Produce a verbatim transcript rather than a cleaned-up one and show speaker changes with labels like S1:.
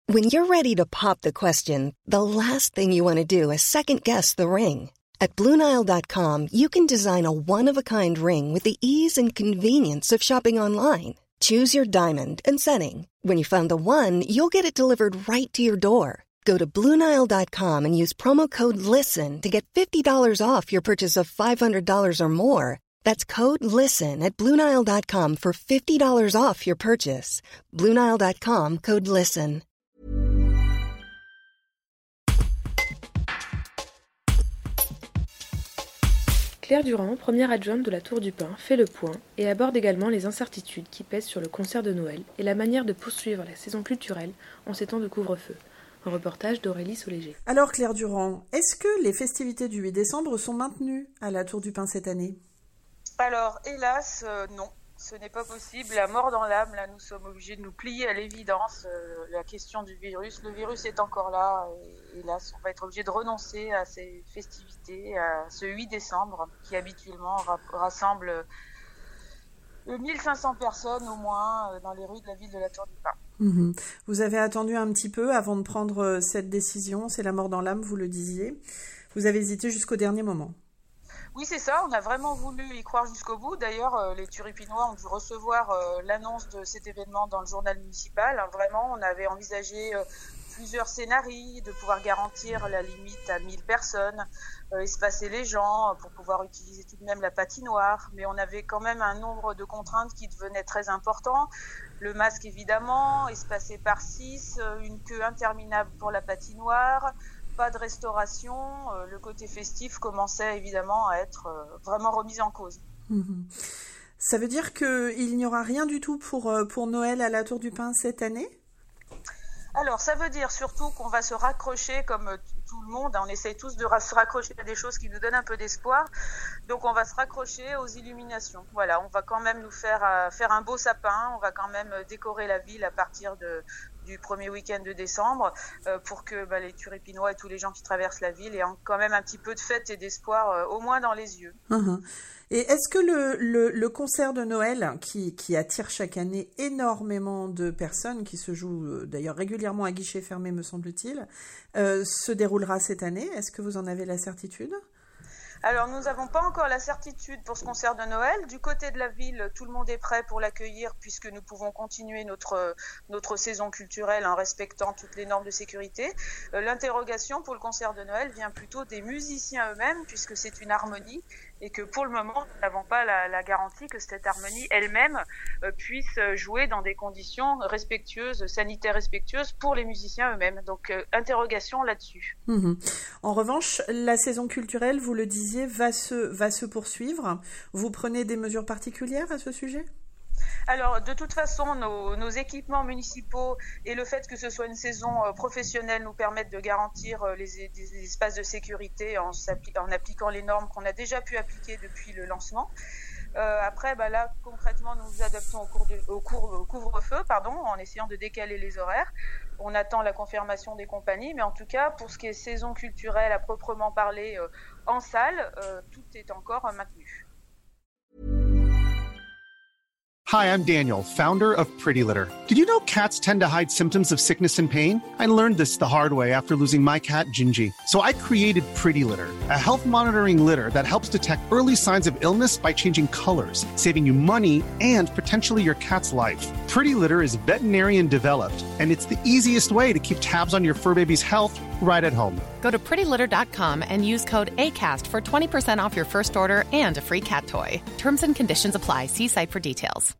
S1: When you're ready to pop the question, the last thing you want to do is second-guess the ring. At Blue Nile dot com, you can design a one-of-a-kind ring with the ease and convenience of shopping online. Choose your diamond and setting. When you find the one, you'll get it delivered right to your door. Go to Blue Nile dot com and use promo code LISTEN to get fifty dollars off your purchase of five hundred dollars or more. That's code LISTEN at Blue Nile dot com for fifty dollars off your purchase. Blue Nile dot com, code LISTEN.
S2: Claire Durand, première adjointe de la Tour du Pin, fait le point et aborde également les incertitudes qui pèsent sur le concert de Noël et la manière de poursuivre la saison culturelle en ces temps de couvre-feu. Un reportage d'Aurélie Soléger.
S3: Alors Claire Durand, est-ce que les festivités du huit décembre sont maintenues à la Tour du Pin cette année ?
S4: Alors hélas, euh, non. Ce n'est pas possible, la mort dans l'âme, là nous sommes obligés de nous plier à l'évidence, euh, la question du virus, le virus est encore là, et hélas on va être obligé de renoncer à ces festivités, à ce huit décembre qui habituellement ra- rassemble euh, mille cinq cents personnes au moins euh, dans les rues de la ville de la Tour du Pin.
S3: Mmh. Vous avez attendu un petit peu avant de prendre cette décision, c'est la mort dans l'âme, vous le disiez, vous avez hésité jusqu'au dernier moment.
S4: Oui, c'est ça, on a vraiment voulu y croire jusqu'au bout. D'ailleurs, euh, les Turipinois ont dû recevoir euh, l'annonce de cet événement dans le journal municipal. Hein, vraiment, on avait envisagé euh, plusieurs scénarios, de pouvoir garantir la limite à mille personnes, euh, espacer les gens pour pouvoir utiliser tout de même la patinoire. Mais on avait quand même un nombre de contraintes qui devenaient très importants. Le masque, évidemment, espacé par six, une queue interminable pour la patinoire, pas de restauration, euh, le côté festif commençait évidemment à être euh, vraiment remis en cause.
S3: Mmh. Ça veut dire qu'il n'y aura rien du tout pour, pour Noël à la Tour du Pin cette année ?
S4: Alors, ça veut dire surtout qu'on va se raccrocher, comme tout le monde, hein, on essaye tous de ra- se raccrocher à des choses qui nous donnent un peu d'espoir, donc on va se raccrocher aux illuminations. Voilà, on va quand même nous faire, euh, faire un beau sapin, on va quand même décorer la ville à partir de... du premier week-end de décembre euh, pour que bah, les Turipinois et tous les gens qui traversent la ville aient quand même un petit peu de fête et d'espoir euh, au moins dans les yeux.
S3: Mmh. Et est-ce que le, le, le concert de Noël, qui, qui attire chaque année énormément de personnes, qui se joue euh, d'ailleurs régulièrement à guichet fermé me semble-t-il, euh, se déroulera cette année ? Est-ce que vous en avez la certitude ?
S4: Alors, nous n'avons pas encore la certitude pour ce concert de Noël. Du côté de la ville, tout le monde est prêt pour l'accueillir puisque nous pouvons continuer notre, notre saison culturelle en respectant toutes les normes de sécurité. Euh, l'interrogation pour le concert de Noël vient plutôt des musiciens eux-mêmes puisque c'est une harmonie et que pour le moment, nous n'avons pas la, la garantie que cette harmonie elle-même euh, puisse jouer dans des conditions respectueuses, sanitaires respectueuses pour les musiciens eux-mêmes. Donc, euh, interrogation là-dessus.
S3: Mmh. En revanche, la saison culturelle, vous le disiez, va se, va se poursuivre. Vous prenez des mesures particulières à ce sujet ?
S4: Alors, de toute façon, nos, nos équipements municipaux et le fait que ce soit une saison euh, professionnelle nous permettent de garantir euh, les, les, les espaces de sécurité en, en appliquant les normes qu'on a déjà pu appliquer depuis le lancement. Euh, après, bah là, concrètement, nous nous adaptons au, cours de, au, cours, au couvre-feu, pardon, en essayant de décaler les horaires. On attend la confirmation des compagnies, mais en tout cas, pour ce qui est saison culturelle à proprement parler euh, en salle, euh, tout est encore euh, maintenu.
S5: Hi, I'm Daniel, founder of Pretty Litter. Did you know cats tend to hide symptoms of sickness and pain? I learned this the hard way after losing my cat, Gingy. So I created Pretty Litter, a health monitoring litter that helps detect early signs of illness by changing colors, saving you money and potentially your cat's life. Pretty Litter is veterinarian developed, and it's the easiest way to keep tabs on your fur baby's health right at home.
S6: Go to pretty litter dot com and use code ACAST for twenty percent off your first order and a free cat toy. Terms and conditions apply. See site for details.